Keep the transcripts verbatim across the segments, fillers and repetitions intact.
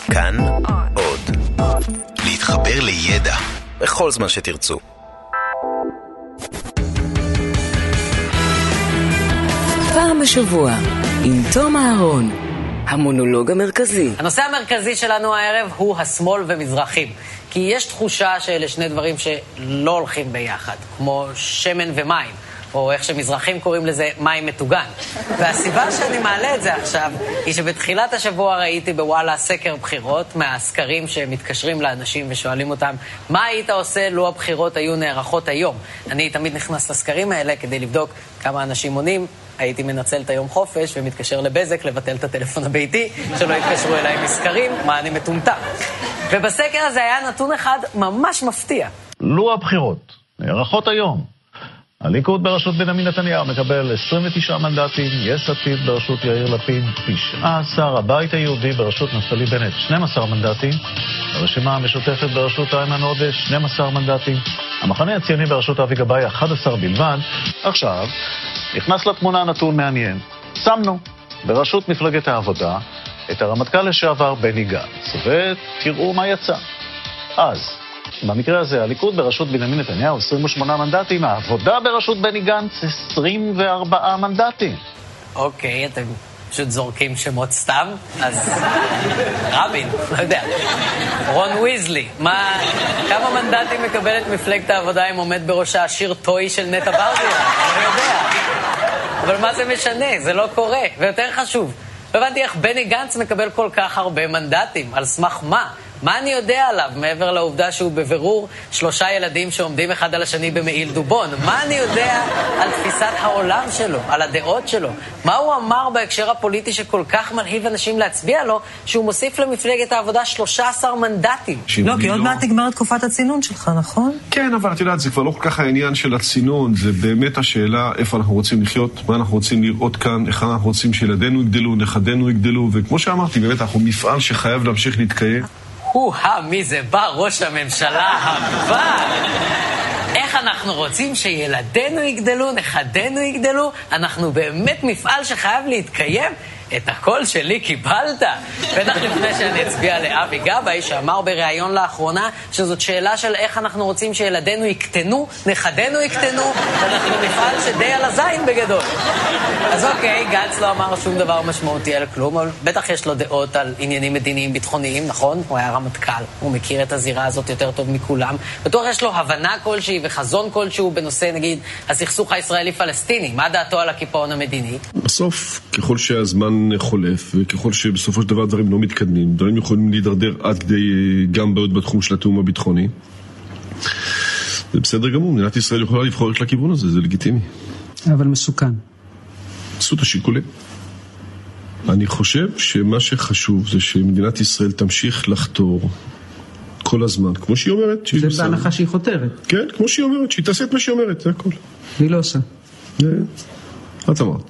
כאן עוד. להתחבר לידע בכל זמן שתרצו. פעם בשבוע עם תום אהרון, המונולוג המרכזי. הנושא המרכזי שלנו הערב הוא השמאל ומזרחים. כי יש תחושה שאלה שני דברים שלא הולכים ביחד, כמו שמן ומים, או איך שמזרחים קוראים לזה מים מטוגן. והסיבה שאני מעלה את זה עכשיו היא שבתחילת השבוע ראיתי בוואלה סקר בחירות מהסקרים שמתקשרים לאנשים ושואלים אותם מה היית עושה לו הבחירות היו נערכות היום. אני תמיד נכנס לסקרים האלה כדי לבדוק כמה אנשים עונים. הייתי מנצל את היום חופש ומתקשר לבזק לבטל את הטלפון הביתי שלא יתקשרו אליי מסקרים, מה אני מטומטם. ובסקר הזה היה נתון אחד ממש מפתיע. לו הבחירות נערכות היום, הליכוד בראשות בנימין נתניהו מקבל עשרים ותשעה מנדטים, יש עתיד בראשות יאיר לפיד תשעה עשר, הבית היהודי בראשות נפתלי בנט שנים עשר מנדטים, הרשימה המשותפת בראשות איימן עודה שנים עשר מנדטים, המחנה הציוני בראשות אבי גבאי אחד עשר בלבד. עכשיו נכנס לתמונה נתון מעניין. שמנו בראשות מפלגת העבודה את הרמטכ"ל לשעבר בני גנץ, ותראו מה יצא. אז במקרה הזה הליכוד בראשות בנימין נתניהו עשרים ושמונה מנדטים, העבודה בראשות בני גנץ עשרים וארבעה מנדטים. אוקיי, אתם פשוט זורקים שמות סתם, אז רבין, לא יודע. רון ויזלי, מה, כמה מנדטים מקבלת מפלגת העבודה אם עומד בראשה השיר טוי של נטע ברזיאן? אני לא יודע. אבל מה זה משנה? זה לא קורה. ויותר חשוב, לא הבנתי איך בני גנץ מקבל כל כך הרבה מנדטים. על סמך מה? מה אני יודע עליו, מעבר לעובדה שהוא בבירור שלושה ילדים שעומדים אחד על השני במעיל דובון? מה אני יודע על תפיסת העולם שלו, על הדעות שלו? מה הוא אמר בהקשר הפוליטי שכל כך מלהיב אנשים להצביע לו, שהוא מוסיף למפלגת העבודה שלושה עשר מנדטים? לא, כי עוד מעט נגמר את תקופת הצינון שלך, נכון? כן, אבל את יודעת, זה כבר לא כל כך העניין של הצינון, זה באמת השאלה איפה אנחנו רוצים לחיות, מה אנחנו רוצים לראות כאן, איך אנחנו רוצים שילדינו יגדלו, נכדינו יגדלו, וכמו שאמרתי, באמת אנחנו מפעל שחייב להמשיך להתקיים. הו-ה, מי זה בא? ראש הממשלה הבא. איך אנחנו רוצים שילדינו יגדלו, נכדינו יגדלו? אנחנו באמת מפעל שחייב להתקיים? את הקול שלי קיבלת? בטח לפני שאני אצביע לאבי גבאי, שאמר בריאיון לאחרונה שזאת שאלה של איך אנחנו רוצים שילדינו יקטנו, נכדינו יקטנו, ואנחנו מפעל שדי על הזין בגדול. אז אוקיי, גנץ לא אמר שום דבר משמעותי על כלום, אבל בטח יש לו דעות על עניינים מדיניים ביטחוניים, נכון? הוא היה רמטכ"ל, הוא מכיר את הזירה הזאת יותר טוב מכולם. בטוח יש לו הבנה כלשהי וחזון כלשהו בנושא, נגיד, הסכסוך הישראלי-פלסטיני. מה דעתו על הקיפאון המדיני? בסוף, ככל שהזמן חולף, וככל שבסופו של דבר דברים לא מתקדמים, דברים יכולים להידרדר עד כדי גם בעיות בתחום של התאום הביטחוני. זה בסדר גמור, מדינת ישראל יכולה לבחור את לכיוון הזה, זה לגיטימי. אבל מסוכן. עשות השיקולים. אני חושב שמה שחשוב זה שמדינת ישראל תמשיך לחתור כל הזמן, כמו שהיא אומרת. זה בהנחה שהיא חותרת. כן, כמו שהיא אומרת, שהיא תעשה את מה שהיא אומרת, זה הכל. והיא לא עושה. את אמרת.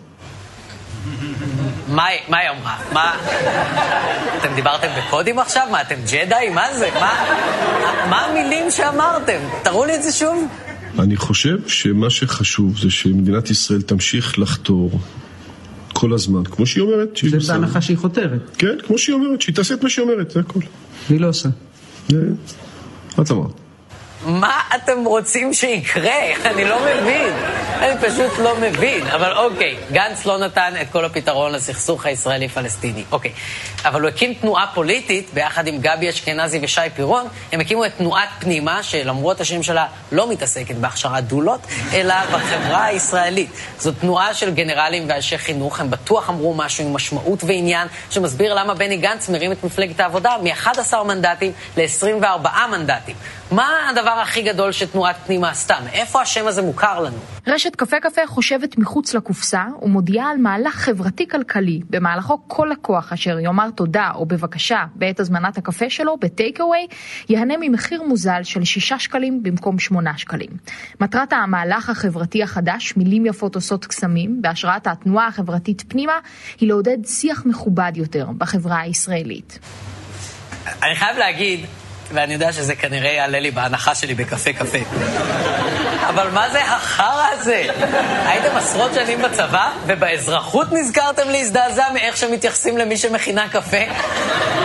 מה, מה היא אמרה? מה? אתם דיברתם בקודים עכשיו? מה, אתם ג'די? מה זה? מה, מה המילים שאמרתם? תראו לי את זה שוב. אני חושב שמה שחשוב זה שמדינת ישראל תמשיך לחתור כל הזמן, כמו שהיא אומרת. זה בהנחה שהיא חותרת. כן, כמו שהיא אומרת, שהיא תעשה את מה שהיא אומרת, זה הכל. והיא לא עושה. את אמרת. מה אתם רוצים שיקרה? אני לא מבין. אני פשוט לא מבין. אבל אוקיי, גנץ לא נתן את כל הפתרון לסכסוך הישראלי-פלסטיני. אוקיי. אבל הוא הקים תנועה פוליטית ביחד עם גבי אשכנזי ושי פירון. הם הקימו את תנועת פנימה, שלמרות השם שלה לא מתעסקת בהכשרת דולות, אלא בחברה הישראלית. זו תנועה של גנרלים ואנשי חינוך. הם בטוח אמרו משהו עם משמעות ועניין, שמסביר למה בני גנץ מרים את מפלגת העבודה מ-אחד עשר מנדטים ל-עשרים וארבעה מנדטים. מה הדבר הכי גדול שתנועת פנימה עשתה? מאיפה השם הזה מוכר לנו? רשת קפה קפה חושבת מחוץ לקופסה ומודיעה על מהלך חברתי-כלכלי, במהלכו כל לקוח אשר יאמר תודה או בבקשה בעת הזמנת הקפה שלו בטייק-אווי, יהנה ממחיר מוזל של שישה שקלים במקום שמונה שקלים. מטרת המהלך החברתי החדש, מילים יפות עושות קסמים, בהשראת התנועה החברתית פנימה, היא לעודד שיח מכובד יותר בחברה הישראלית. אני חייב להגיד, ואני יודע שזה כנראה יעלה לי בהנחה שלי בקפה קפה. אבל מה זה החרא הזה? הייתם עשרות שנים בצבא, ובאזרחות נזכרתם להזדעזע מאיך שמתייחסים למי שמכינה קפה?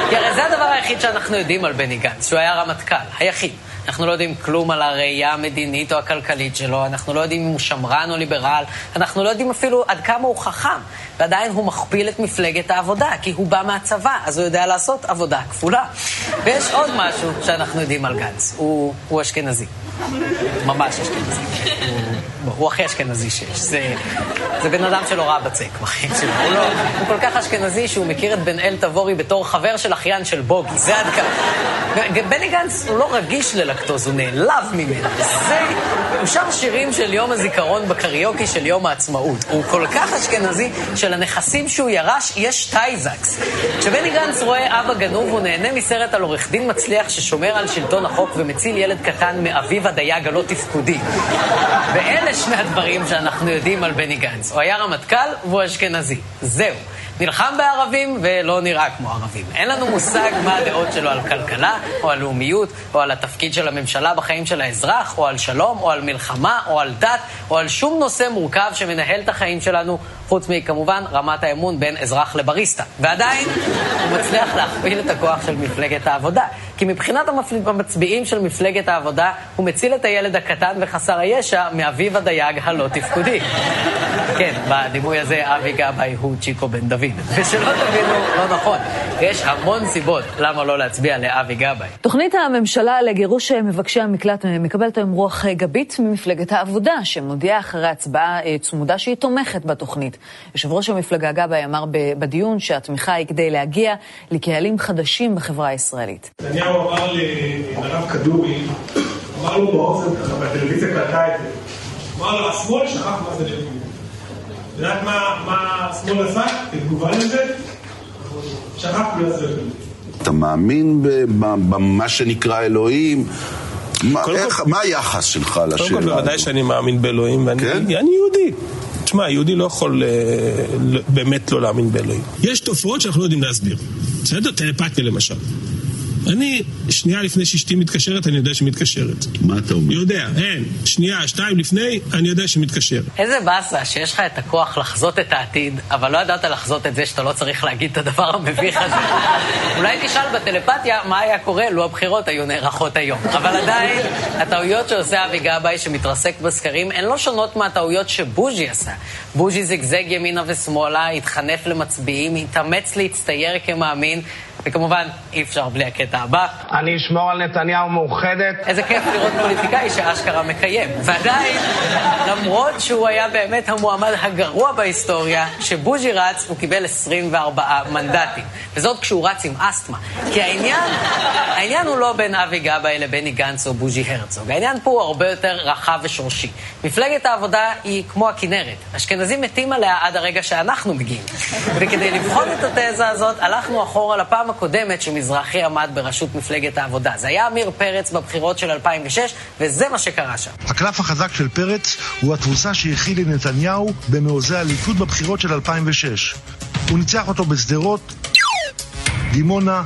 כי הרי זה הדבר היחיד שאנחנו יודעים על בני גנץ, שהוא היה רמטכ"ל, היחיד. אנחנו לא יודעים כלום על הראייה המדינית או הכלכלית שלו, אנחנו לא יודעים אם הוא שמרן או ליברל, אנחנו לא יודעים אפילו עד כמה הוא חכם, ועדיין הוא מכפיל את מפלגת העבודה, כי הוא בא מהצבא, אז הוא יודע לעשות עבודה כפולה. ויש עוד משהו שאנחנו יודעים על גנץ, הוא, הוא אשכנזי. ממש אשכנזי. הוא, הוא הכי אשכנזי שיש. זה, זה בן אדם שלא ראה בצק בחיים שלו. הוא, לא, הוא כל כך אשכנזי שהוא מכיר את בן אל תבורי בתור חבר של אחיין של בוגי. זה עד כמה. בני גנץ הוא לא רגיש ללקטוז, הוא נעלב ממנו. זה, הוא שר שירים של יום הזיכרון בקריוקי של יום העצמאות. הוא כל כך אשכנזי שלנכסים שהוא ירש יש טייזקס. כשבני גנץ רואה אבא גנוב הוא נהנה מסרט על עורך דין מצליח ששומר על שלטון החוק ומציל ילד קטן מאביו הדייג הלא תפקודי. ואלה שני הדברים שאנחנו יודעים על בני גנץ. הוא היה רמטכ"ל והוא אשכנזי. זהו. נלחם בערבים ולא נראה כמו ערבים. אין לנו מושג מה הדעות שלו על כלכלה, או על לאומיות, או על התפקיד של הממשלה בחיים של האזרח, או על שלום, או על מלחמה, או על דת, או על שום נושא מורכב שמנהל את החיים שלנו, חוץ מכמובן רמת האמון בין אזרח לבריסטה. ועדיין הוא מצליח להכפיל את הכוח של מפלגת העבודה. כי מבחינת המצביעים של מפלגת העבודה, הוא מציל את הילד הקטן וחסר הישע מאביו הדייג הלא תפקודי. כן, בדימוי הזה אבי גבאי הוא צ'יקו בן דוד. ושלא תבינו, לא נכון. יש המון סיבות למה לא להצביע לאבי גבאי. תוכנית הממשלה לגירוש מבקשי המקלט מקבלת היום רוח גבית ממפלגת העבודה, שמודיעה אחרי הצבעה צמודה שהיא תומכת בתוכנית. יושב ראש המפלגה גבאי אמר בדיון שהתמיכה היא כדי להגיע לקהלים חדשים בחברה הישראלית. נתניהו אמר לרב כדורי, אמר לו באוזן, ככה בטלוויזיה קלטה את זה, אמר לו, השמאל שכח מה זה לאומיות. יודעת מה השמאל עשה? תתגובה לזה? שכח מה זה לאומיות. אתה מאמין במה שנקרא אלוהים? מה היחס שלך לשאלה? קודם כל, בוודאי שאני מאמין באלוהים, ואני יהודי. תשמע, יהודי לא יכול באמת לא להאמין באלוהים. יש תופעות שאנחנו לא יודעים להסביר. בסדר? טלפתיה למשל. אני, שנייה לפני שאשתי מתקשרת, אני יודע שהיא מתקשרת. מה אתה אומר? יודע, אין. שנייה, שתיים לפני, אני יודע שהיא מתקשרת. איזה באסה שיש לך את הכוח לחזות את העתיד, אבל לא ידעת לחזות את זה שאתה לא צריך להגיד את הדבר המביך הזה. אולי תשאל בטלפתיה מה היה קורה לו הבחירות היו נערכות היום. אבל עדיין, הטעויות שעושה אבי גבאי שמתרסק בסקרים, הן לא שונות מהטעויות שבוז'י עשה. בוז'י זגזג ימינה ושמאלה, התחנף למצביעים, התאמץ להצטייר כמאמין, וכמובן, אי אפשר בלי הקטע הבא. אני אשמור על נתניהו מאוחדת. איזה כיף לראות פוליטיקאי שאשכרה מקיים. ועדיין, למרות שהוא היה באמת המועמד הגרוע בהיסטוריה, שבוז'י רץ, הוא קיבל עשרים וארבעה מנדטים. וזאת כשהוא רץ עם אסתמה. כי העניין, העניין הוא לא בין אבי גבאי לבני גנץ או בוז'י הרצוג. העניין פה הוא הרבה יותר רחב ושורשי. מפלגת העבודה היא כמו הכנרת. אשכנזים מתים עליה עד הרגע שאנחנו מגיעים. וכדי לבחון את התזה הזאת, הלכנו אחורה לפעם הקודמת שמזרחי עמד בראשות מפלגת העבודה. זה היה אמיר פרץ בבחירות של אלפיים ושש, וזה מה שקרה שם. הקלף החזק של פרץ הוא התבוסה שהכיל לנתניהו במעוזי הליכוד בבחירות של אלפיים ושש. הוא ניצח אותו בשדרות, דימונה,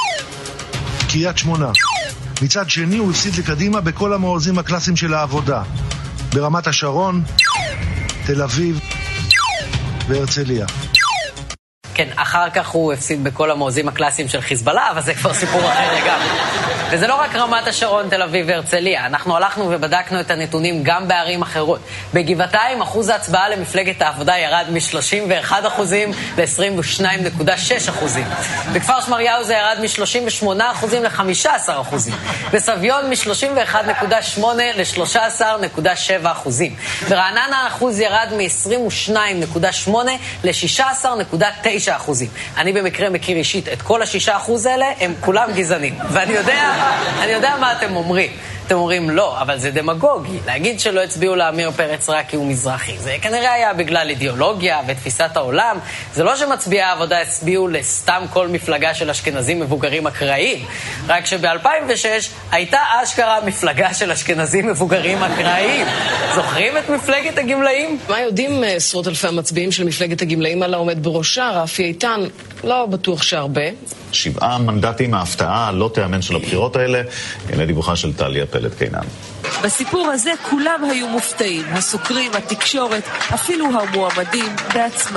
קריית שמונה. מצד שני הוא הפסיד לקדימה בכל המעוזים הקלאסיים של העבודה. ברמת השרון, תל אביב והרצליה. כן, אחר כך הוא הפסיד בכל המעוזים הקלאסיים של חיזבאללה, אבל זה כבר סיפור אחר לגמרי. וזה לא רק רמת השרון, תל אביב והרצליה. אנחנו הלכנו ובדקנו את הנתונים גם בערים אחרות. בגבעתיים אחוז ההצבעה למפלגת העבודה ירד מ-שלושים ואחד אחוזים ל-עשרים ושתיים נקודה שש אחוזים. בכפר שמריהו זה ירד מ-שלושים ושמונה אחוזים ל-חמישה עשר אחוזים. בסביון מ-שלושים ואחד נקודה שמונה ל-שלושה עשר נקודה שבע אחוזים. ברעננה האחוז ירד מ-עשרים ושתיים נקודה שמונה ל-שישה עשר נקודה תשע אחוזים. אני במקרה מכיר אישית את כל השישה אחוז האלה, הם כולם גזענים. ואני יודע, אני יודע מה אתם אומרים. אתם אומרים לא, אבל זה דמגוגי. להגיד שלא הצביעו לאמיר פרץ רק כי הוא מזרחי. זה כנראה היה בגלל אידיאולוגיה ותפיסת העולם. זה לא שמצביעי העבודה הצביעו לסתם כל מפלגה של אשכנזים מבוגרים אקראיים. רק שב-אלפיים ושש הייתה אשכרה מפלגה של אשכנזים מבוגרים אקראיים. זוכרים את מפלגת הגמלאים? מה יודעים עשרות אלפי המצביעים של מפלגת הגמלאים על העומד בראשה? רפי איתן, לא בטוח שהרבה. שבעה מנדטים ההפתעה לא תאמן של הבחירות האלה. הנה דיווחה של טליה פלד קינן. בסיפור הזה כולם היו מופתעים, הסוקרים, התקשורת, אפילו המועמדים בעצמם.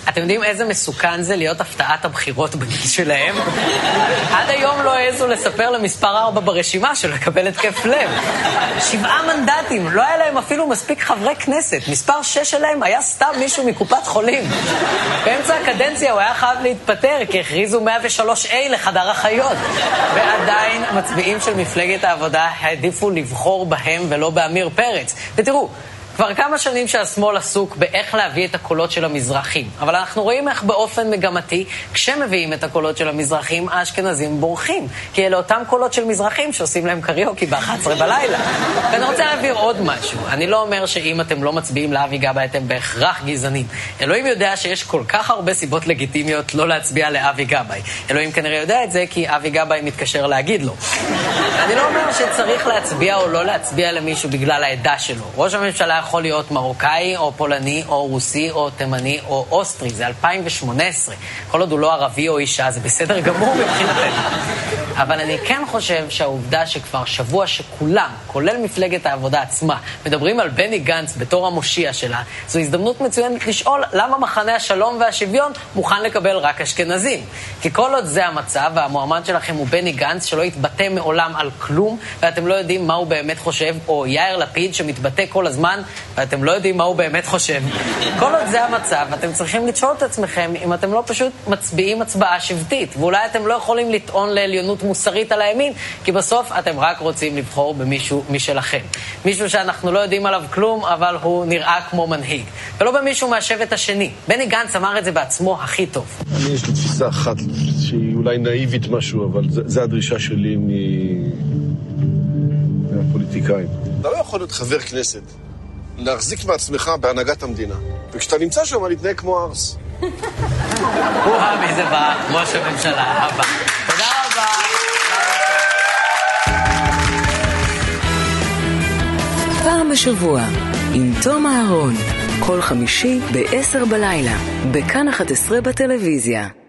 אתם יודעים איזה מסוכן זה להיות הפתעת הבחירות בגיל שלהם? עד היום לא העזו לספר למספר ארבע ברשימה של לקבל התקף לב. שבעה מנדטים, לא היה להם אפילו מספיק חברי כנסת. מספר שש שלהם היה סתם מישהו מקופת חולים. באמצע הקדנציה הוא היה חייב להתפטר, כי הכריזו מאה ושלוש איי לחדר החיות. ועדיין מצביעים של מפלגת העבודה העדיפו לבחור בהם ולא באמיר פרץ. ותראו, כבר כמה שנים שהשמאל עסוק באיך להביא את הקולות של המזרחים. אבל אנחנו רואים איך באופן מגמתי, כשמביאים את הקולות של המזרחים, האשכנזים בורחים. כי אלה אותם קולות של מזרחים שעושים להם קריוקי ב-אחת עשרה בלילה. ואני רוצה להעביר עוד משהו. אני לא אומר שאם אתם לא מצביעים לאבי גבאי, אתם בהכרח גזענים. אלוהים יודע שיש כל כך הרבה סיבות לגיטימיות לא להצביע לאבי גבאי. אלוהים כנראה יודע את זה כי אבי גבאי מתקשר להגיד לו. אני לא אומר שצריך להצביע או לא להצביע למישהו בגלל העדה שלו. ראש הממשלה יכול להיות מרוקאי או פולני או רוסי או תימני או אוסטרי. זה אלפיים ושמונה עשרה. כל עוד הוא לא ערבי או אישה, זה בסדר גמור מבחינתנו. אבל אני כן חושב שהעובדה שכבר שבוע שכולם, כולל מפלגת העבודה עצמה, מדברים על בני גנץ בתור המושיע שלה, זו הזדמנות מצוינת לשאול למה מחנה השלום והשוויון מוכן לקבל רק אשכנזים. כי כל עוד זה המצב, והמועמד שלכם הוא בני גנץ שלא יתבטא מעולם על כלום, ואתם לא יודעים מה הוא באמת חושב, או יאיר לפיד שמתבטא כל הזמן, ואתם לא יודעים מה הוא באמת חושב. כל עוד זה המצב, אתם צריכים לשאול את עצמכם אם אתם לא פשוט מצביעים הצבעה שבטית, ואולי אתם לא יכולים לטעון לעליונות מוסרית על הימין, כי בסוף אתם רק רוצים לבחור במישהו משלכם. מישהו שאנחנו לא יודעים עליו כלום, אבל הוא נראה כמו מנהיג. ולא במישהו מהשבט השני. בני גנץ אמר את זה בעצמו הכי טוב. אני יש לי תפיסה אחת שהיא אולי נאיבית משהו, אבל זה, זה הדרישה שלי מ... מהפוליטיקאים. אתה לא יכול להיות חבר כנסת, להחזיק מעצמך בהנהגת המדינה, וכשאתה נמצא שם להתנהג כמו ארס. וואה, מי זה בא? ראש הממשלה הבא. תודה רבה. פעם בשבוע, עם תום אהרון, כל חמישי ב-עשר בלילה, בכאן אחת עשרה בטלוויזיה.